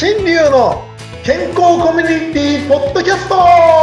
新流の健康コミュニティポッドキャスト。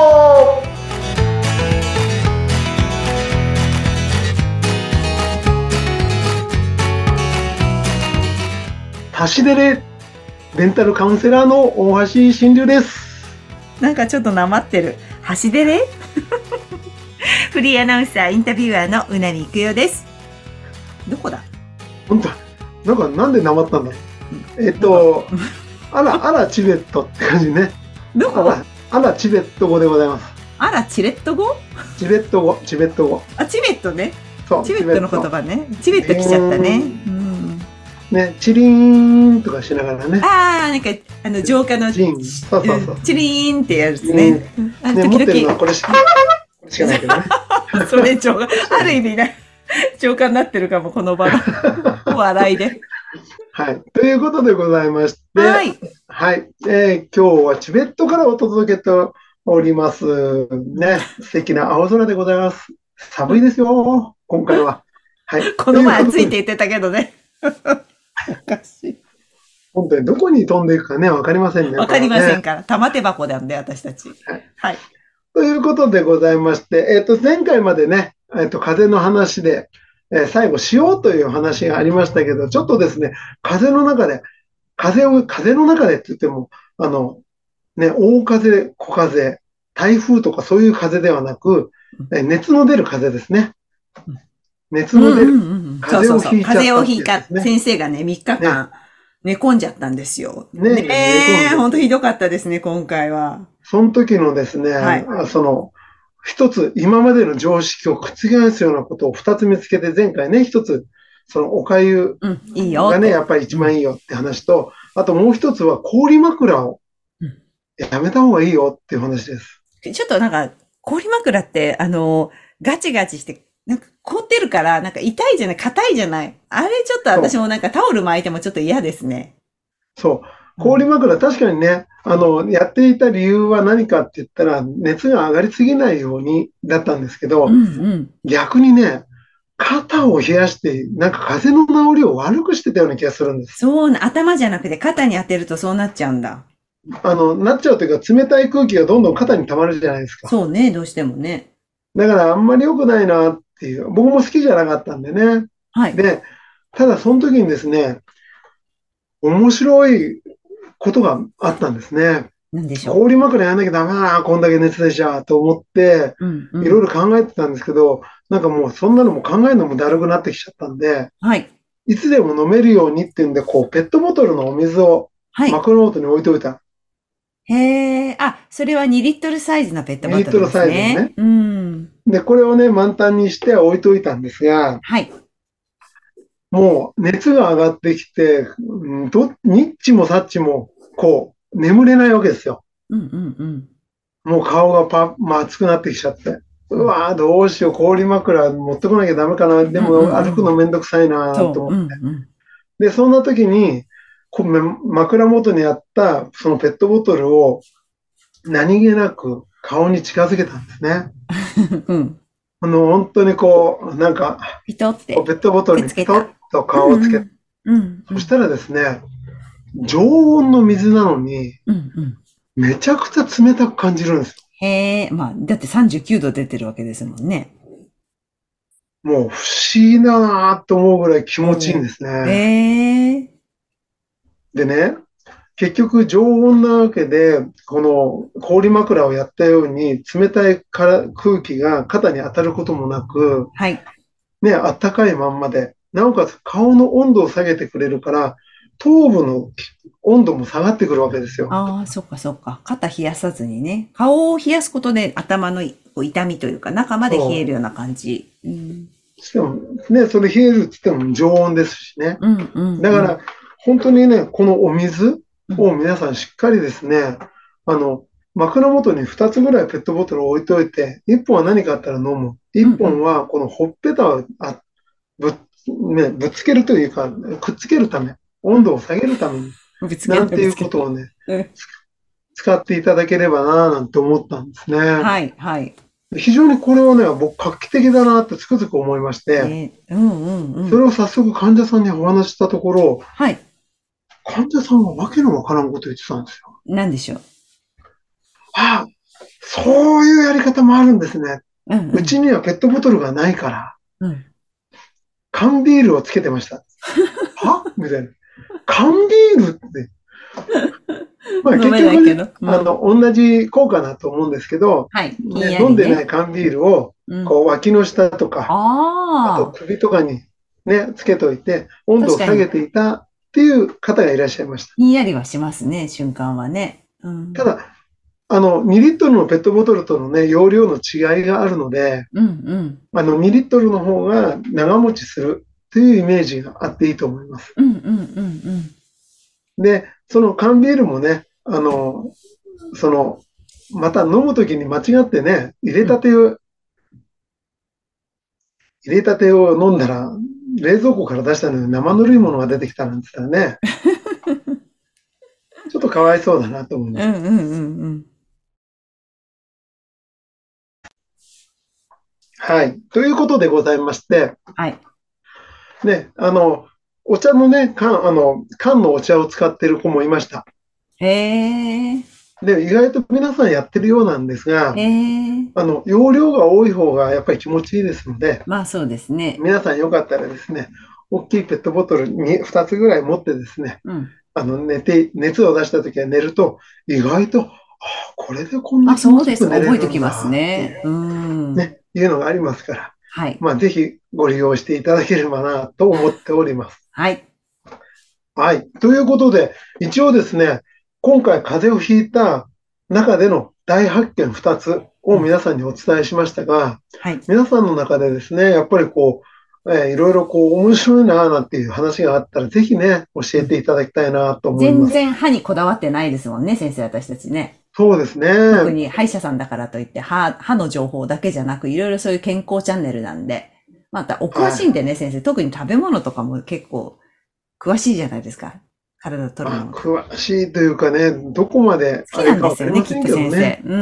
橋出でデンタルカウンセラーの大橋新流です。 なんかちょっとなまってる。橋出でフリーアナウンサーインタビュアーのうなみいくよです。どこだ？ 本当なんでなまったんだろう。あらチベットって感じね。 どこ？ あらチベット語でございます。 あらチベット語？ チベット語。 あ、チベットね。 そう。 チベットの言葉ね。チベット来ちゃったね。 ね、チリーンとかしながらね。 なんか浄化のチリーン。そう。 チリーンってやるですね。 ね、持ってるのはこれしかないけどね。 それある意味ね、浄化になってるかも、この場の笑いで。 はい。ということでございまして、 はい。 はい。今日はチベットからお届けております。ね。素敵な青空でございます。寒いですよ、今回は。はい。 この前暑いって言ってたけどね。おかしい。 本当にどこに飛んでいくかね、わかりませんね。 わかりませんから。玉手箱なんで、私たち。はい。 ということでございまして、前回までね、風の話で、最後、塩という話がありましたけど、ちょっとですね、風の中でって言っても、ね、大風、小風、台風とかそういう風ではなく、熱の出る風ですね。熱の出る。風邪をひいちゃった、 風邪をひいた。先生がね、3日間寝込んじゃったんですよ。本当ひどかったですね、今回は。 その時のですね、一つ、今までの常識を覆すようなことを2つ見つけて、前回ね、一つ、おかゆがね、やっぱり一番いいよって話と、あともう一つは氷枕をやめた方がいいよっていう話です。 ちょっとなんか、氷枕って、ガチガチして、なんか凍ってるから、なんか痛いじゃない、硬いじゃない。あれちょっと私もなんかタオル巻いてもちょっと嫌ですね。 そう。氷枕、確かにね、やっていた理由は何かって言ったら、熱が上がりすぎないようにだったんですけど、逆にね、肩を冷やして、なんか風邪の治りを悪くしてたような気がするんです。 そうな、頭じゃなくて肩に当てるとそうなっちゃうんだ。 なっちゃうというか、冷たい空気がどんどん肩に溜まるじゃないですか。 そうね、どうしてもね。 だからあんまり良くないなっていう、僕も好きじゃなかったんでね。 はい。 で、ただその時にですね、面白いことがあったんですね。 何でしょう。 氷枕やんなきゃダメだな、こんだけ熱でじゃあと思って、いろいろ考えてたんですけど、なんかもうそんなのも考えるのもだるくなってきちゃったんで、 はい。 いつでも飲めるようにっていうんで、ペットボトルのお水を枕元に置いておいた。 へえ、それは2リットルサイズのペットボトルですね。2リットルサイズのね。で、これをね、満タンにして置いといたんですが、 はい。 もう熱が上がってきて、ニッチもサッチも、眠れないわけですよ。もう顔が熱くなってきちゃって。うわー、どうしよう、氷枕持ってこなきゃダメかな。でも歩くのめんどくさいなと思って。で、そんな時に、枕元にあったそのペットボトルを何気なく顔に近づけたんですね。本当になんか、 ピトってペットボトルにピトッと顔をつけて、そしたらですね、常温の水なのに、めちゃくちゃ冷たく感じるんですよ。 へえ、だって39度出てるわけですもんね。 もう不思議だなと思うぐらい気持ちいいんですね。でね、結局常温なわけで、この氷枕をやったように冷たい空気が肩に当たることもなく、ね、あったかいまんまで、なおかつ顔の温度を下げてくれるから、頭部の温度も下がってくるわけですよ。 ああ、そっかそっか。肩冷やさずにね。顔を冷やすことで頭の痛みというか、中まで冷えるような感じ。 しかもね、それ冷えるって言っても常温ですしね。だから、本当にね、このお水を皆さんしっかりですね、枕元に2つぐらいペットボトルを置いておいて、1本は何かあったら飲む。1本はこのほっぺたをぶっつけるというか、くっつけるため、温度を下げるために、なんていうことをね、使っていただければなぁなんて思ったんですね。 はい、はい。 非常にこれはね、僕画期的だなってつくづく思いまして、それを早速患者さんにお話したところ、 患者さんはわけのわからんこと言ってたんですよ。 なんでしょう。 ああ、そういうやり方もあるんですね。 うんうちにはペットボトルがないから、 うん。 缶ビールをつけてました。はみたいな。缶ビールって。まあ飲結局ね、 めないけど。うん。 同じ効果だと思うんですけど、 はい。ひんね、 や飲んでないりね。 缶ビールを、 うん。 こう、脇の下とか、あとああ、 首とかにね、つけといて、温度を確かに。 下げていたっていう方がいらっしゃいました。 ひんやりはしますね、瞬間はね。うん。 ただ、2リットルのペットボトルとのね、容量の違いがあるので、 うんうん。 2リットルの方が長持ちするというイメージがあっていいと思います。 うんうんうんで、その缶ビールもね、その、また飲むときに間違ってね、 うん。 入れたてを飲んだら、冷蔵庫から出したのに生ぬるいものが出てきたなんて言ったらね、ちょっとかわいそうだなと思います。 うんうんうんうん。 はい。ということでございまして、 はい。 ね、お茶のね、缶のお茶を使っている子もいました。 へえ、 で、意外と皆さんやってるようなんですが、 へえ。 容量が多い方がやっぱり気持ちいいですので、 まあそうですね。 皆さんよかったらですね、大きいペットボトルに2つぐらい持ってですね、 うん。 熱を出した時は寝ると、意外と、これでこんなあ、 気持ちよそうですか。 く寝れるん覚えてきますだっていね。うう、 ん。 ね、いうのがありますから、 はい。 まあ、ぜひご利用していただければなと思っております。 はい。 はい。ということで、一応ですね、今回風邪をひいた中での大発見2つをうん。 皆さんにお伝えしましたが、 はい。 皆さんの中でですね、やっぱりこう、いろいろこう面白いななんていう話があったら、ぜひね、教うん。 えていただきたいなと思います。 全然歯にこだわってないですもんね、先生、私たちね。 そうですね。 特に歯医者さんだからといって歯の情報だけじゃなく、いろいろそういう健康チャンネルなんで。また、お詳はい。 しいんでね、先生。特に食べ物とかも結構詳しいじゃないですか。体取るの。好詳しいというかね、どこまであきれなんですよね、 かわかりませんきっとけどね。 先生。うん。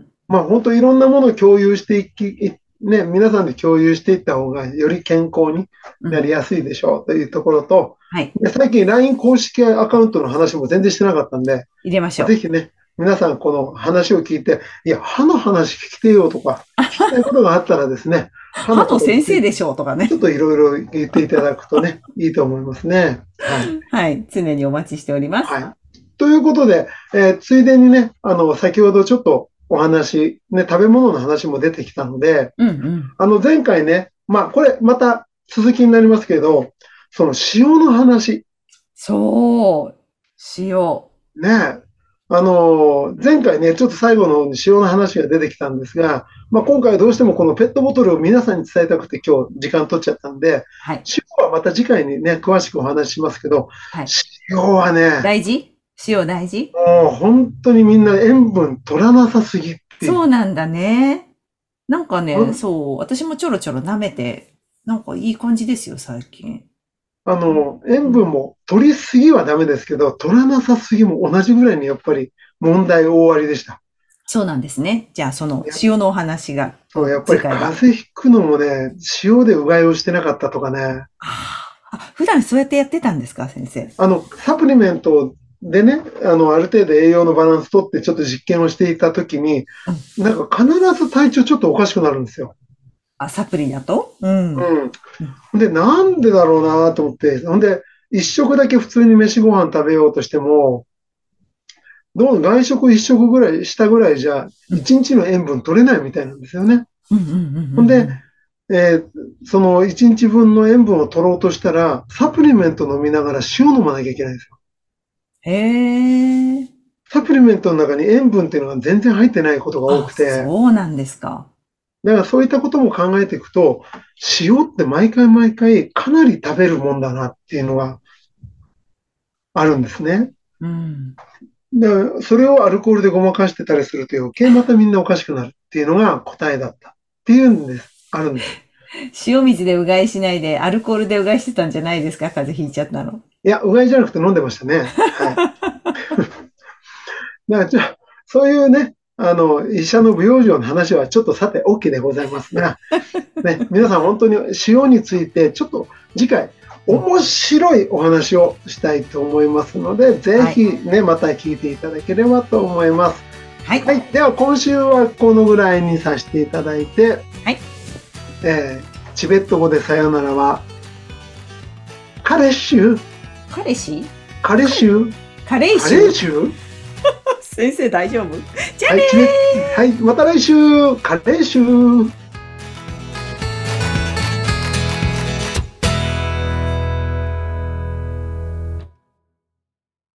まあ本当いろんなものを共有してね、皆さんで共有していった方がより健康にうん。 なりやすいでしょうというところと、 はい。 で最近 LINE 公式アカウントの話も全然してなかったんで、 入れましょう。 ぜひね、皆さんこの話を聞いて、いや、歯の話聞きてよとか、聞きたいことがあったらですね、歯の歯のことについて先生でしょうとかね。 ちょっといろいろ言っていただくとね、いいと思いますね。はい。 はい。常にお待ちしております。 はい。ということで、ついでにね、先ほどちょっとお話、ね、食べ物の話も出てきたので、 うんうん。 前回ね、まあ、これまた続きになりますけど、その塩の話、 そう。塩。 ね、前回ね、ちょっと最後の方に塩の話が出てきたんですが、まあ、今回はどうしてもこのペットボトルを皆さんに伝えたくて今日時間取っちゃったんで、 はい。 塩はまた次回にね、詳しくお話ししますけど、 はい。 塩はね、 大事塩大事もう本当にみんな塩分取らなさすぎっていう。 そうなんだね。なんかね、 ほんそう。私もちょろちょろ舐めて、なんかいい感じですよ、最近。 塩うん。 分も取りすぎはダメですけど、取らなさすぎも同じぐらいにやっぱり問題大ありでした。 そうなんですね。じゃあ、そのや塩のお話が、 そう、やっぱり次回は。 風邪ひくのもね、塩でうがいをしてなかったとかね、 普段そうやってやってたんですか、先生。 サプリメントでね、ある程度栄養のバランス取ってちょっと実験をしていたときに、 うん。 なんか必ず体調ちょっとおかしくなるんですよ。 あ、サプリだとうん。うん。 うん。で、なんでだろうなと思って、ほんで、一食だけ普通に飯ご飯食べようとしても、どう外食一食ぐらいしたぐらいじゃ、 うん。 一日の塩分取れないみたいなんですよね。 うんうんうんうんうほんで、 ん。 その一日分の塩分を取ろうとしたら、サプリメント飲みながら塩飲まなきゃいけないんですよ。 へえ。 サプリメントの中に塩分っていうのが全然入ってないことが多あ、 くて、 そうなんですか。 だからそういったことも考えていくと、塩って毎回毎回かなり食べるもんだなっていうのがあるんですね。 うん。 で、それをアルコールでごまかしてたりすると余計またみんなおかしくなるっていうのが答えだったっていうんです。あるんです。 塩水でうがいしないで、アルコールでうがいしてたんじゃないですか、風邪ひいちゃったの。 いや、うがいじゃなくて飲んでましたね。はい。だからじゃあ、そういうね、医者の不養生の話はちょっとさておきでございますが、ね、皆さん本当に塩についてちょっと次回面白いお話をしたいと思いますので、ぜひね、また聞いていただければと思います。はい。はい。では今週はこのぐらいにさせていただいて、はい。チベット語でさよならは、カレシュ。 彼氏カレシュ。 カレーシュ。 カレーシュ先生大丈夫？じゃあねー。はい、また来週。カレーシュ。